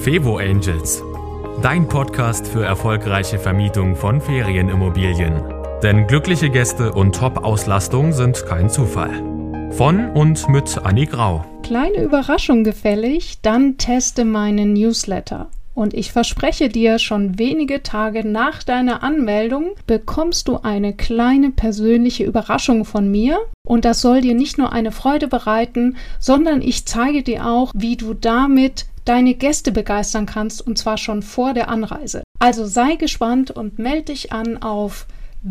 Fevo Angels, dein Podcast für erfolgreiche Vermietung von Ferienimmobilien. Denn glückliche Gäste und Top-Auslastung sind kein Zufall. Von und mit Anni Grau. Kleine Überraschung gefällig, dann teste meinen Newsletter. Und ich verspreche dir, schon wenige Tage nach deiner Anmeldung bekommst du eine kleine persönliche Überraschung von mir. Und das soll dir nicht nur eine Freude bereiten, sondern ich zeige dir auch, wie du damit deine Gäste begeistern kannst, und zwar schon vor der Anreise. Also sei gespannt und melde dich an auf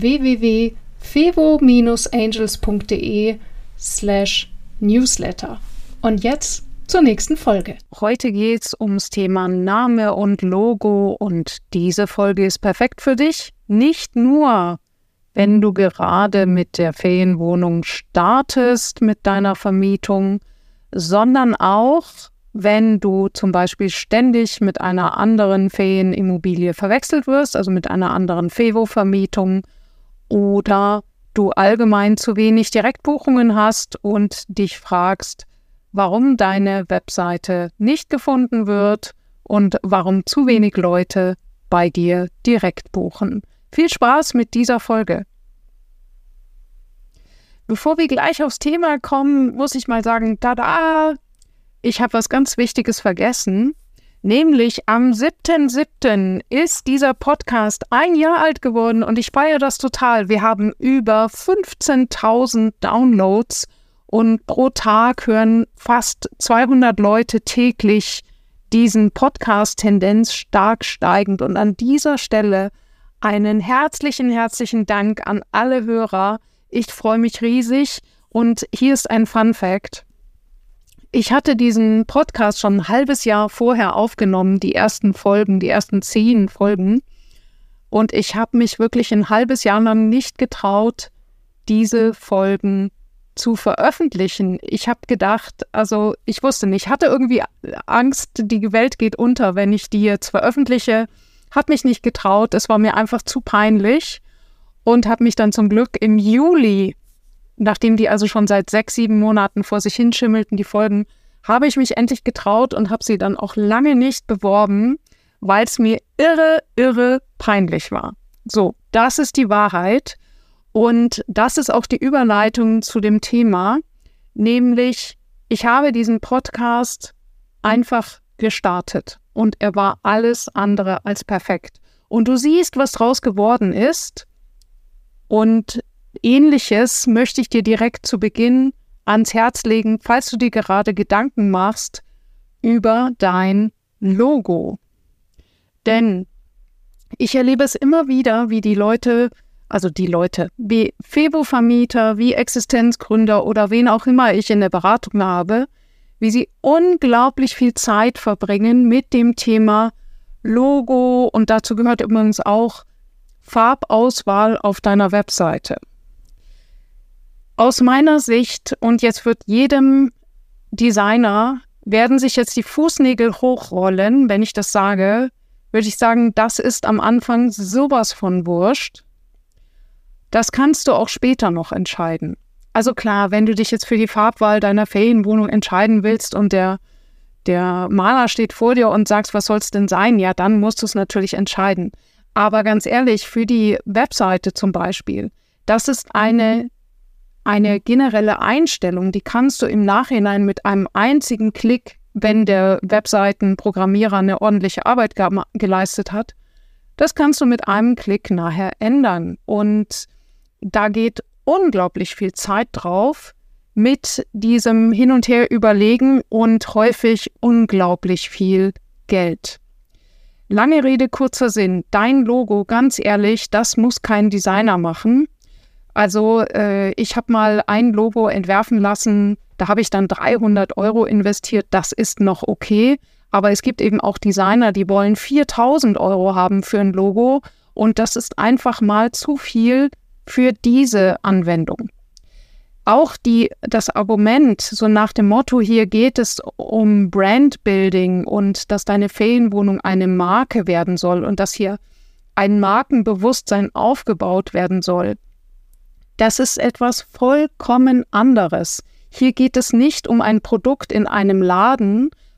www.fevo-angels.de/newsletter. Und jetzt zur nächsten Folge. Heute geht es ums Thema Name und Logo, und diese Folge ist perfekt für dich. Nicht nur, wenn du gerade mit der Ferienwohnung startest, mit deiner Vermietung, sondern auch, wenn du zum Beispiel ständig mit einer anderen Ferienimmobilie verwechselt wirst, also mit einer anderen Fevo-Vermietung, oder du allgemein zu wenig Direktbuchungen hast und dich fragst, warum deine Webseite nicht gefunden wird und warum zu wenig Leute bei dir direkt buchen. Viel Spaß mit dieser Folge. Bevor wir gleich aufs Thema kommen, muss ich mal sagen, tada! Ich habe was ganz Wichtiges vergessen, nämlich am 7.7. ist dieser Podcast 1 Jahr alt geworden und ich feiere das total. Wir haben über 15.000 Downloads und pro Tag hören fast 200 Leute täglich diesen Podcast, Tendenz stark steigend. Und an dieser Stelle einen herzlichen Dank an alle Hörer. Ich freue mich riesig und hier ist ein Fun Fact. Ich hatte diesen Podcast schon ein halbes Jahr vorher aufgenommen, die ersten 10 Folgen. Und ich habe mich wirklich ein halbes Jahr lang nicht getraut, diese Folgen zu veröffentlichen. Ich habe gedacht, ich wusste nicht, hatte irgendwie Angst, die Welt geht unter, wenn ich die jetzt veröffentliche. Habe mich nicht getraut, es war mir einfach zu peinlich und habe mich dann zum Glück im Juli, nachdem die also schon seit 6-7 Monaten vor sich hinschimmelten, die Folgen, habe ich mich endlich getraut und habe sie dann auch lange nicht beworben, weil es mir irre peinlich war. So, das ist die Wahrheit. Und das ist auch die Überleitung zu dem Thema, nämlich ich habe diesen Podcast einfach gestartet und er war alles andere als perfekt. Und du siehst, was draus geworden ist, und Ähnliches möchte ich dir direkt zu Beginn ans Herz legen, falls du dir gerade Gedanken machst über dein Logo. Denn ich erlebe es immer wieder, wie wie Fevo-Vermieter, wie Existenzgründer oder wen auch immer ich in der Beratung habe, wie sie unglaublich viel Zeit verbringen mit dem Thema Logo, und dazu gehört übrigens auch Farbauswahl auf deiner Webseite. Aus meiner Sicht, und jetzt wird jedem Designer, werden sich jetzt die Fußnägel hochrollen, wenn ich das sage, würde ich sagen, das ist am Anfang sowas von wurscht. Das kannst du auch später noch entscheiden. Also klar, wenn du dich jetzt für die Farbwahl deiner Ferienwohnung entscheiden willst und der Maler steht vor dir und sagst, was soll es denn sein? Ja, dann musst du es natürlich entscheiden. Aber ganz ehrlich, für die Webseite zum Beispiel, das ist eine generelle Einstellung, die kannst du im Nachhinein mit einem einzigen Klick, wenn der Webseitenprogrammierer eine ordentliche Arbeit geleistet hat, das kannst du mit einem Klick nachher ändern. Und da geht unglaublich viel Zeit drauf mit diesem Hin- und Her überlegen und häufig unglaublich viel Geld. Lange Rede, kurzer Sinn. Dein Logo, ganz ehrlich, das muss kein Designer machen. Also ich habe mal ein Logo entwerfen lassen, da habe ich dann 300 € investiert, das ist noch okay. Aber es gibt eben auch Designer, die wollen 4.000 € haben für ein Logo, und das ist einfach mal zu viel für diese Anwendung. Auch das Argument, so nach dem Motto, hier geht es um Brandbuilding und dass deine Ferienwohnung eine Marke werden soll und dass hier ein Markenbewusstsein aufgebaut werden soll, das ist etwas vollkommen anderes. Hier geht es nicht um ein Produkt in einem Laden,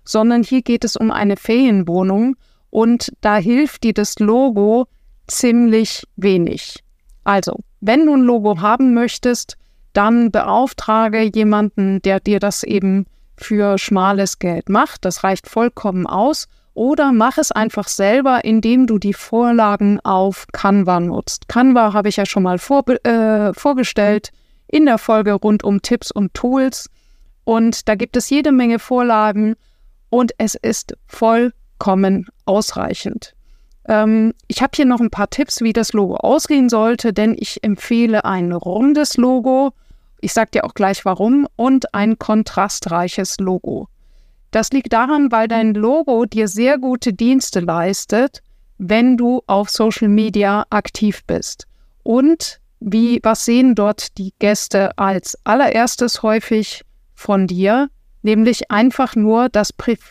sondern hier geht es um eine Ferienwohnung und da hilft dir das Logo ziemlich wenig. Also, wenn du ein Logo haben möchtest, dann beauftrage jemanden, der dir das eben für schmales Geld macht. Das reicht vollkommen aus. Oder mach es einfach selber, indem du die Vorlagen auf Canva nutzt. Canva habe ich ja schon mal vorgestellt in der Folge rund um Tipps und Tools. Und da gibt es jede Menge Vorlagen und es ist vollkommen ausreichend. Ich habe hier noch ein paar Tipps, wie das Logo aussehen sollte, denn ich empfehle ein rundes Logo. Ich sage dir auch gleich warum und ein kontrastreiches Logo. Das liegt daran, weil dein Logo dir sehr gute Dienste leistet, wenn du auf Social Media aktiv bist. Und was sehen dort die Gäste als allererstes häufig von dir? Nämlich einfach nur das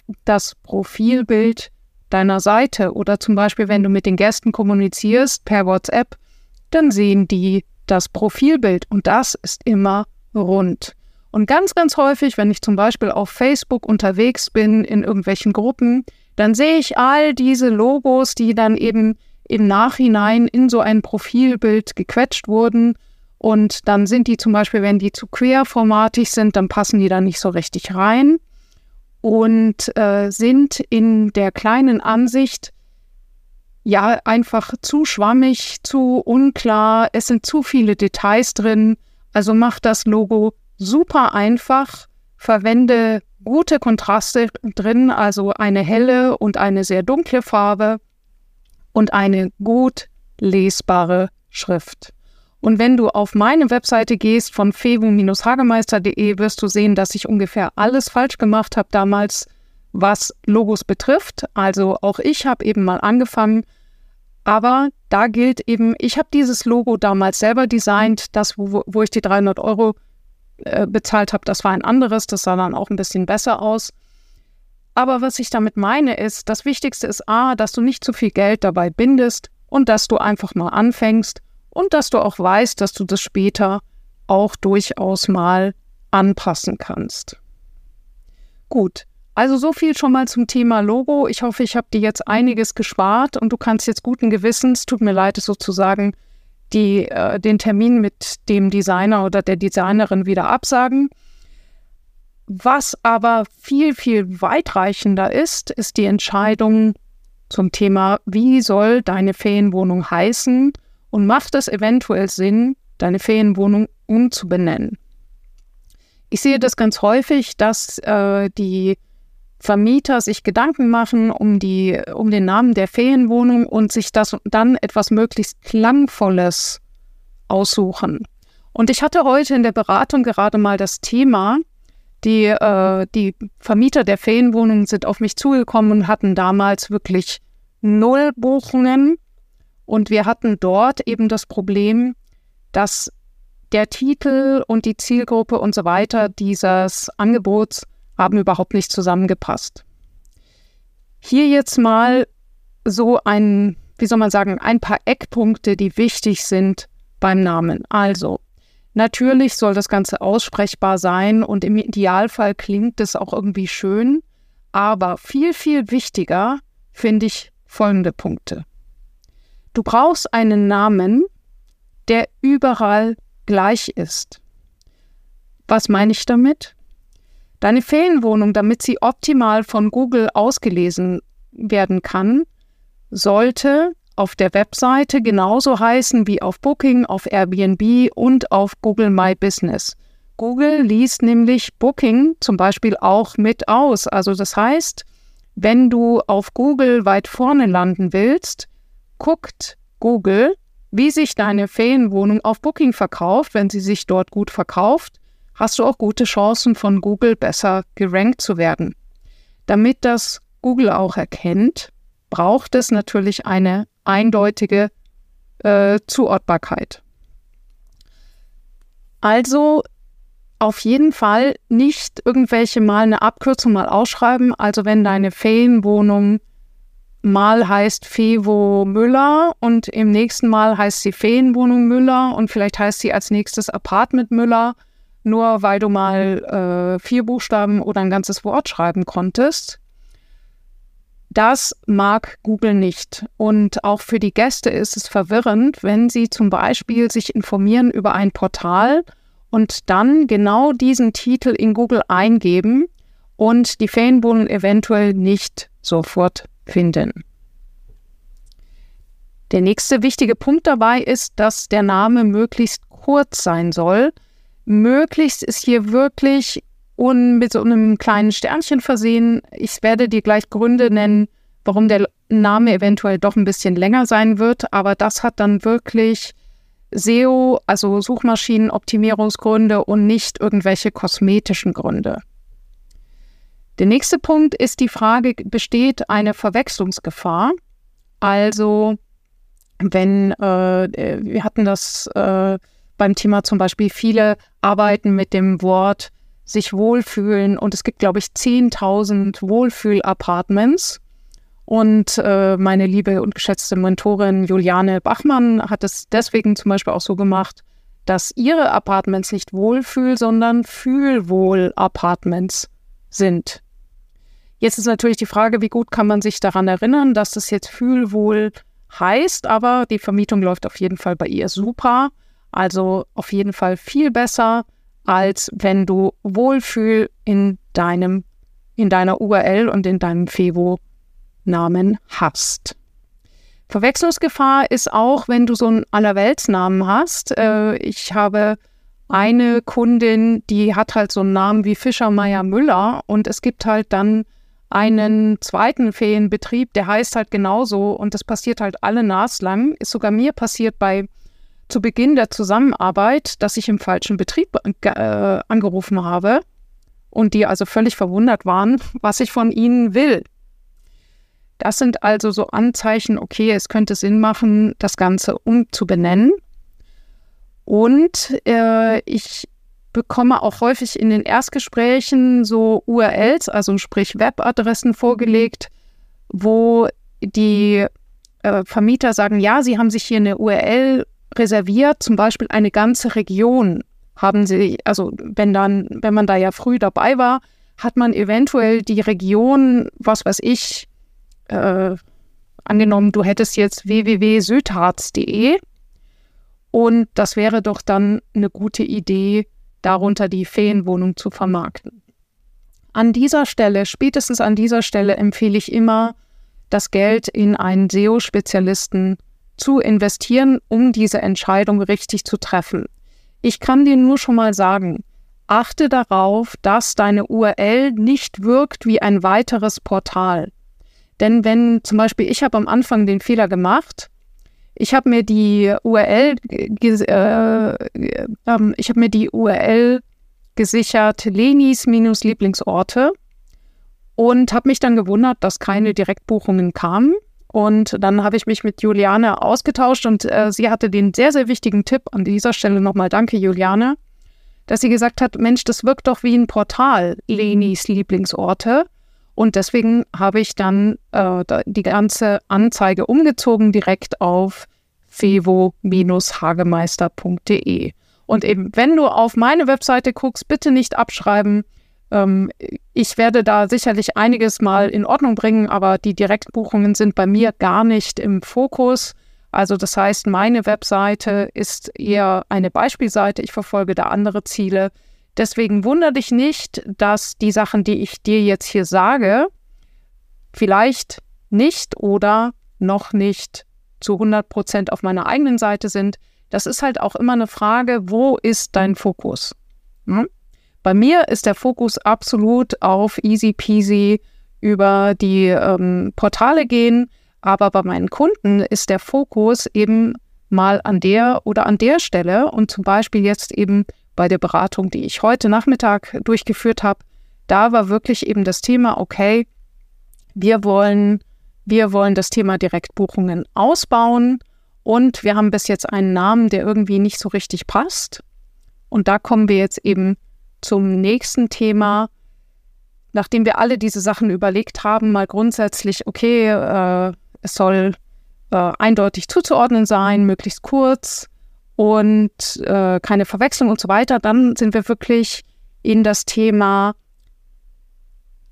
Profilbild deiner Seite. Oder zum Beispiel, wenn du mit den Gästen kommunizierst per WhatsApp, dann sehen die das Profilbild und das ist immer rund. Und ganz, ganz häufig, wenn ich zum Beispiel auf Facebook unterwegs bin, in irgendwelchen Gruppen, dann sehe ich all diese Logos, die dann eben im Nachhinein in so ein Profilbild gequetscht wurden. Und dann sind die zum Beispiel, wenn die zu querformatig sind, dann passen die da nicht so richtig rein und sind in der kleinen Ansicht ja einfach zu schwammig, zu unklar. Es sind zu viele Details drin. Also mach das Logo super einfach, verwende gute Kontraste drin, also eine helle und eine sehr dunkle Farbe und eine gut lesbare Schrift. Und wenn du auf meine Webseite gehst von fevo-hagemeister.de, wirst du sehen, dass ich ungefähr alles falsch gemacht habe damals, was Logos betrifft. Also auch ich habe eben mal angefangen, aber da gilt eben, ich habe dieses Logo damals selber designt, das, wo ich die 300 € bezahlt habe, das war ein anderes, das sah dann auch ein bisschen besser aus. Aber was ich damit meine ist, das Wichtigste ist dass du nicht zu viel Geld dabei bindest und dass du einfach mal anfängst und dass du auch weißt, dass du das später auch durchaus mal anpassen kannst. Gut, also so viel schon mal zum Thema Logo. Ich hoffe, ich habe dir jetzt einiges gespart und du kannst jetzt guten Gewissens, tut mir leid, es sozusagen, den Termin mit dem Designer oder der Designerin wieder absagen. Was aber viel, viel weitreichender ist die Entscheidung zum Thema, wie soll deine Ferienwohnung heißen und macht es eventuell Sinn, deine Ferienwohnung umzubenennen. Ich sehe das ganz häufig, dass die Vermieter sich Gedanken machen um den Namen der Ferienwohnung und sich das dann etwas möglichst Klangvolles aussuchen. Und ich hatte heute in der Beratung gerade mal das Thema, die Vermieter der Ferienwohnungen sind auf mich zugekommen und hatten damals wirklich 0 Buchungen. Und wir hatten dort eben das Problem, dass der Titel und die Zielgruppe und so weiter dieses Angebots haben überhaupt nicht zusammengepasst. Hier jetzt mal so ein paar Eckpunkte, die wichtig sind beim Namen. Also, natürlich soll das Ganze aussprechbar sein und im Idealfall klingt es auch irgendwie schön, aber viel, viel wichtiger finde ich folgende Punkte. Du brauchst einen Namen, der überall gleich ist. Was meine ich damit? Deine Ferienwohnung, damit sie optimal von Google ausgelesen werden kann, sollte auf der Webseite genauso heißen wie auf Booking, auf Airbnb und auf Google My Business. Google liest nämlich Booking zum Beispiel auch mit aus. Also das heißt, wenn du auf Google weit vorne landen willst, guckt Google, wie sich deine Ferienwohnung auf Booking verkauft. Wenn sie sich dort gut verkauft, hast du auch gute Chancen, von Google besser gerankt zu werden. Damit das Google auch erkennt, braucht es natürlich eine eindeutige Zuordbarkeit. Also auf jeden Fall nicht irgendwelche mal eine Abkürzung mal ausschreiben. Also wenn deine Ferienwohnung mal heißt Fevo Müller und im nächsten Mal heißt sie Ferienwohnung Müller und vielleicht heißt sie als nächstes Apartment Müller, nur weil du mal 4 Buchstaben oder ein ganzes Wort schreiben konntest, Das mag Google nicht. Und auch für die Gäste ist es verwirrend, wenn sie zum Beispiel sich informieren über ein Portal und dann genau diesen Titel in Google eingeben und die Ferienwohnung eventuell nicht sofort finden. Der nächste wichtige Punkt dabei ist, dass der Name möglichst kurz sein soll. Möglichst ist hier wirklich mit so einem kleinen Sternchen versehen. Ich werde dir gleich Gründe nennen, warum der Name eventuell doch ein bisschen länger sein wird, aber das hat dann wirklich SEO, also Suchmaschinenoptimierungsgründe und nicht irgendwelche kosmetischen Gründe. Der nächste Punkt ist die Frage, besteht eine Verwechslungsgefahr? Also wenn, wir hatten das beim Thema zum Beispiel, viele arbeiten mit dem Wort sich wohlfühlen und es gibt, glaube ich, 10.000 Wohlfühl-Apartments. Und meine liebe und geschätzte Mentorin Juliane Bachmann hat es deswegen zum Beispiel auch so gemacht, dass ihre Apartments nicht Wohlfühl, sondern Fühlwohl-Apartments sind. Jetzt ist natürlich die Frage, wie gut kann man sich daran erinnern, dass das jetzt Fühlwohl heißt, aber die Vermietung läuft auf jeden Fall bei ihr super. Also auf jeden Fall viel besser, als wenn du Wohlfühl in deiner URL und in deinem Fevo-Namen hast. Verwechslungsgefahr ist auch, wenn du so einen Allerweltsnamen hast. Ich habe eine Kundin, die hat halt so einen Namen wie Fischer, Meier, Müller und es gibt halt dann einen zweiten Ferienbetrieb, der heißt halt genauso und das passiert halt alle naslang. Ist sogar mir passiert zu Beginn der Zusammenarbeit, dass ich im falschen Betrieb angerufen habe und die also völlig verwundert waren, was ich von ihnen will. Das sind also so Anzeichen, okay, es könnte Sinn machen, das Ganze umzubenennen. Und ich bekomme auch häufig in den Erstgesprächen so URLs, also sprich Webadressen vorgelegt, wo die Vermieter sagen, ja, sie haben sich hier eine URL reserviert, zum Beispiel eine ganze Region haben sie, also wenn man da ja früh dabei war, hat man eventuell die Region, was weiß ich, angenommen, du hättest jetzt www.südharz.de und das wäre doch dann eine gute Idee, darunter die Ferienwohnung zu vermarkten. Spätestens an dieser Stelle empfehle ich immer, das Geld in einen SEO-Spezialisten zu investieren, um diese Entscheidung richtig zu treffen. Ich kann dir nur schon mal sagen, achte darauf, dass deine URL nicht wirkt wie ein weiteres Portal. Denn wenn zum Beispiel, ich habe am Anfang den Fehler gemacht, ich habe mir die URL gesichert, Lenis-Lieblingsorte und habe mich dann gewundert, dass keine Direktbuchungen kamen. Und dann habe ich mich mit Juliane ausgetauscht und sie hatte den sehr, sehr wichtigen Tipp, an dieser Stelle nochmal danke Juliane, dass sie gesagt hat, Mensch, das wirkt doch wie ein Portal, Lenis Lieblingsorte. Und deswegen habe ich dann die ganze Anzeige umgezogen direkt auf fevo-hagemeister.de. Und eben, wenn du auf meine Webseite guckst, bitte nicht abschreiben. Ich werde da sicherlich einiges mal in Ordnung bringen, aber die Direktbuchungen sind bei mir gar nicht im Fokus. Also das heißt, meine Webseite ist eher eine Beispielseite. Ich verfolge da andere Ziele. Deswegen wundere dich nicht, dass die Sachen, die ich dir jetzt hier sage, vielleicht nicht oder noch nicht zu 100% auf meiner eigenen Seite sind. Das ist halt auch immer eine Frage, wo ist dein Fokus? Bei mir ist der Fokus absolut auf easy peasy über die Portale gehen, aber bei meinen Kunden ist der Fokus eben mal an der oder an der Stelle und zum Beispiel jetzt eben bei der Beratung, die ich heute Nachmittag durchgeführt habe, da war wirklich eben das Thema, okay, wir wollen das Thema Direktbuchungen ausbauen und wir haben bis jetzt einen Namen, der irgendwie nicht so richtig passt. Und da kommen wir jetzt eben zum nächsten Thema, nachdem wir alle diese Sachen überlegt haben, mal grundsätzlich, okay, es soll eindeutig zuzuordnen sein, möglichst kurz und keine Verwechslung und so weiter, dann sind wir wirklich in das Thema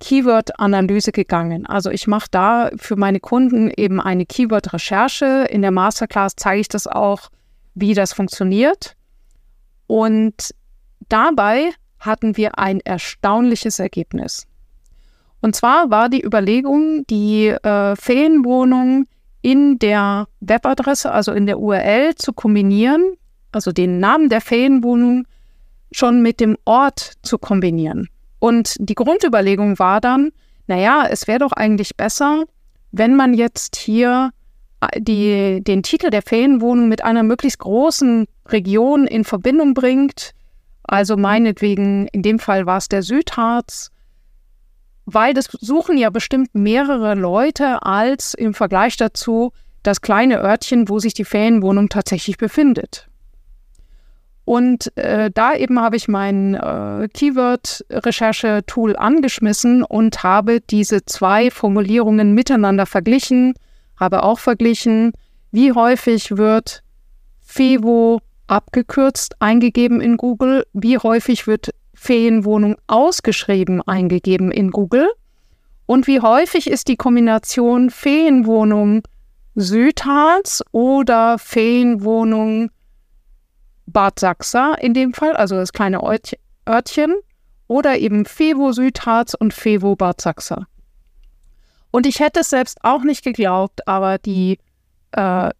Keyword-Analyse gegangen. Also ich mache da für meine Kunden eben eine Keyword-Recherche. In der Masterclass zeige ich das auch, wie das funktioniert. Und dabei hatten wir ein erstaunliches Ergebnis. Und zwar war die Überlegung, die Ferienwohnung in der Webadresse, also in der URL, zu kombinieren, also den Namen der Ferienwohnung schon mit dem Ort zu kombinieren. Und die Grundüberlegung war dann, naja, es wäre doch eigentlich besser, wenn man jetzt hier den Titel der Ferienwohnung mit einer möglichst großen Region in Verbindung bringt. Also meinetwegen, in dem Fall war es der Südharz, weil das suchen ja bestimmt mehrere Leute als im Vergleich dazu das kleine Örtchen, wo sich die Ferienwohnung tatsächlich befindet. Und da eben habe ich mein Keyword-Recherche-Tool angeschmissen und habe diese 2 Formulierungen miteinander verglichen, habe auch verglichen, wie häufig wird FEWO abgekürzt eingegeben in Google, wie häufig wird Ferienwohnung ausgeschrieben eingegeben in Google und wie häufig ist die Kombination Ferienwohnung Südharz oder Ferienwohnung Bad Sachsa in dem Fall, also das kleine Örtchen, oder eben FEWO Südharz und FEWO Bad Sachsa. Und ich hätte es selbst auch nicht geglaubt, aber der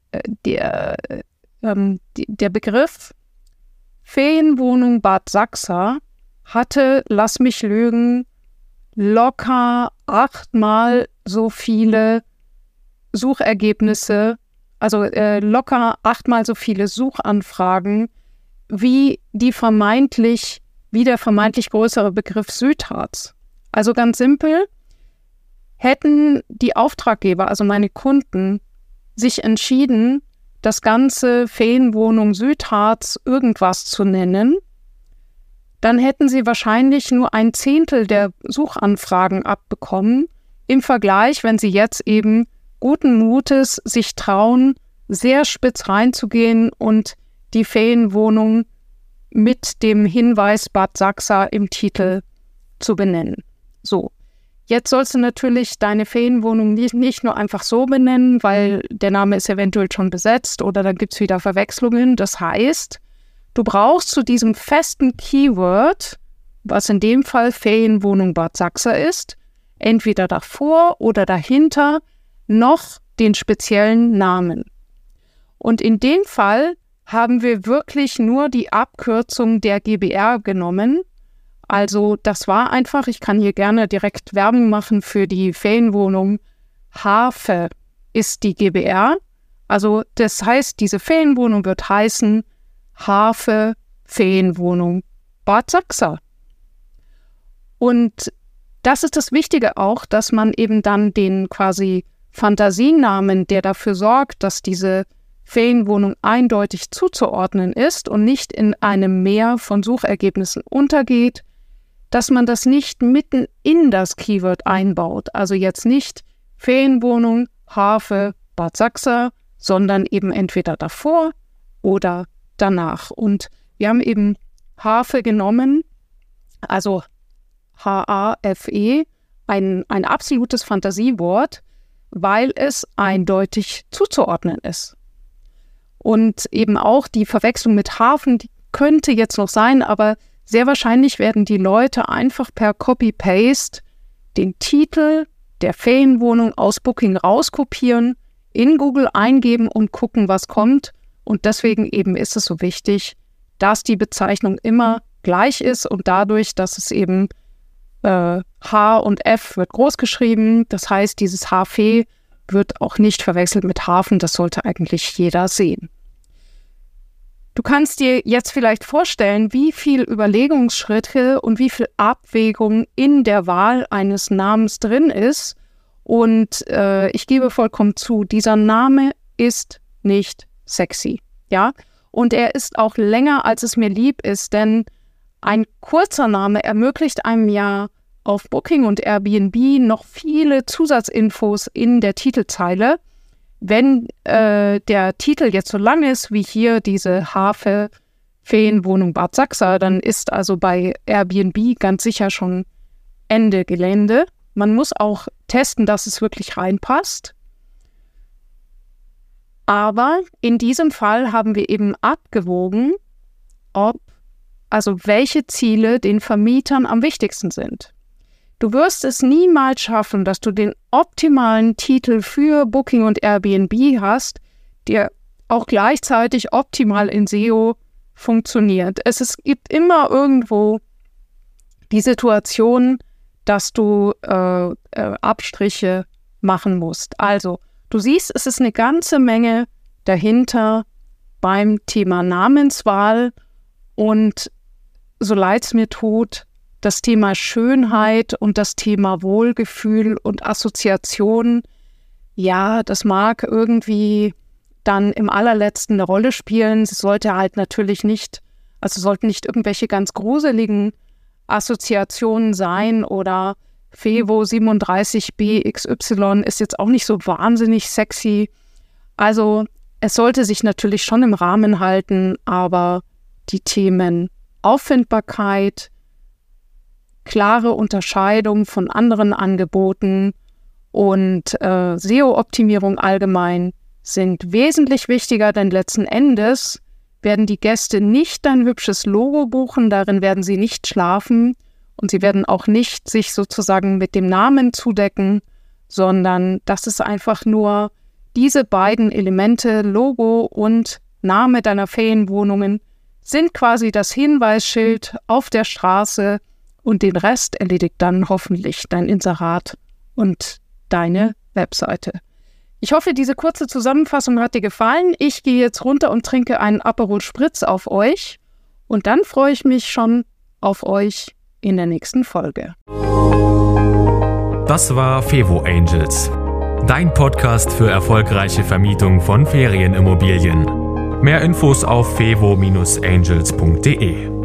Begriff Ferienwohnung Bad Sachsa hatte, lass mich lügen, locker 8-mal so viele Suchergebnisse, also locker 8-mal so viele Suchanfragen wie der vermeintlich größere Begriff Südharz. Also ganz simpel, hätten die Auftraggeber, also meine Kunden, sich entschieden, das ganze Ferienwohnung Südharz irgendwas zu nennen, dann hätten sie wahrscheinlich nur 1/10 der Suchanfragen abbekommen, im Vergleich, wenn sie jetzt eben guten Mutes sich trauen, sehr spitz reinzugehen und die Ferienwohnung mit dem Hinweis Bad Sachsa im Titel zu benennen. So, jetzt sollst du natürlich deine Ferienwohnung nicht nur einfach so benennen, weil der Name ist eventuell schon besetzt oder dann gibt es wieder Verwechslungen. Das heißt, du brauchst zu diesem festen Keyword, was in dem Fall Ferienwohnung Bad Sachsa ist, entweder davor oder dahinter noch den speziellen Namen. Und in dem Fall haben wir wirklich nur die Abkürzung der GBR genommen. Also das war einfach, ich kann hier gerne direkt Werbung machen für die Ferienwohnung. Harfe ist die GBR. Also das heißt, diese Ferienwohnung wird heißen Harfe Ferienwohnung Bad Sachsa. Und das ist das Wichtige auch, dass man eben dann den quasi Fantasienamen, der dafür sorgt, dass diese Ferienwohnung eindeutig zuzuordnen ist und nicht in einem Meer von Suchergebnissen untergeht, dass man das nicht mitten in das Keyword einbaut. Also jetzt nicht Ferienwohnung, Harfe, Bad Sachsa, sondern eben entweder davor oder danach. Und wir haben eben Harfe genommen, also H-A-F-E, ein absolutes Fantasiewort, weil es eindeutig zuzuordnen ist. Und eben auch die Verwechslung mit Hafen, die könnte jetzt noch sein, aber sehr wahrscheinlich werden die Leute einfach per Copy-Paste den Titel der Ferienwohnung aus Booking rauskopieren, in Google eingeben und gucken, was kommt. Und deswegen eben ist es so wichtig, dass die Bezeichnung immer gleich ist und dadurch, dass es eben H und F wird groß geschrieben. Das heißt, dieses HF wird auch nicht verwechselt mit Hafen. Das sollte eigentlich jeder sehen. Du kannst dir jetzt vielleicht vorstellen, wie viel Überlegungsschritte und wie viel Abwägung in der Wahl eines Namens drin ist. Und ich gebe vollkommen zu, dieser Name ist nicht sexy. Ja? Und er ist auch länger, als es mir lieb ist, denn ein kurzer Name ermöglicht einem ja auf Booking und Airbnb noch viele Zusatzinfos in der Titelzeile. Wenn der Titel jetzt so lang ist, wie hier diese Harfe Ferienwohnung Bad Sachsa, dann ist also bei Airbnb ganz sicher schon Ende Gelände. Man muss auch testen, dass es wirklich reinpasst. Aber in diesem Fall haben wir eben abgewogen, welche Ziele den Vermietern am wichtigsten sind. Du wirst es niemals schaffen, dass du den optimalen Titel für Booking und Airbnb hast, der auch gleichzeitig optimal in SEO funktioniert. Es gibt immer irgendwo die Situation, dass du Abstriche machen musst. Also, du siehst, es ist eine ganze Menge dahinter beim Thema Namenswahl und, so leid es mir tut, das Thema Schönheit und das Thema Wohlgefühl und Assoziation, ja, das mag irgendwie dann im allerletzten eine Rolle spielen. Es sollte halt natürlich nicht, sollten nicht irgendwelche ganz gruseligen Assoziationen sein oder Fevo 37BXY ist jetzt auch nicht so wahnsinnig sexy. Also es sollte sich natürlich schon im Rahmen halten, aber die Themen Auffindbarkeit, klare Unterscheidung von anderen Angeboten und SEO-Optimierung allgemein sind wesentlich wichtiger, denn letzten Endes werden die Gäste nicht dein hübsches Logo buchen, darin werden sie nicht schlafen und sie werden auch nicht sich sozusagen mit dem Namen zudecken, sondern das ist einfach nur diese beiden Elemente, Logo und Name deiner Ferienwohnungen, sind quasi das Hinweisschild auf der Straße und den Rest erledigt dann hoffentlich dein Inserat und deine Webseite. Ich hoffe, diese kurze Zusammenfassung hat dir gefallen. Ich gehe jetzt runter und trinke einen Aperol Spritz auf euch und dann freue ich mich schon auf euch in der nächsten Folge. Das war Fevo Angels, dein Podcast für erfolgreiche Vermietung von Ferienimmobilien. Mehr Infos auf fevo-angels.de.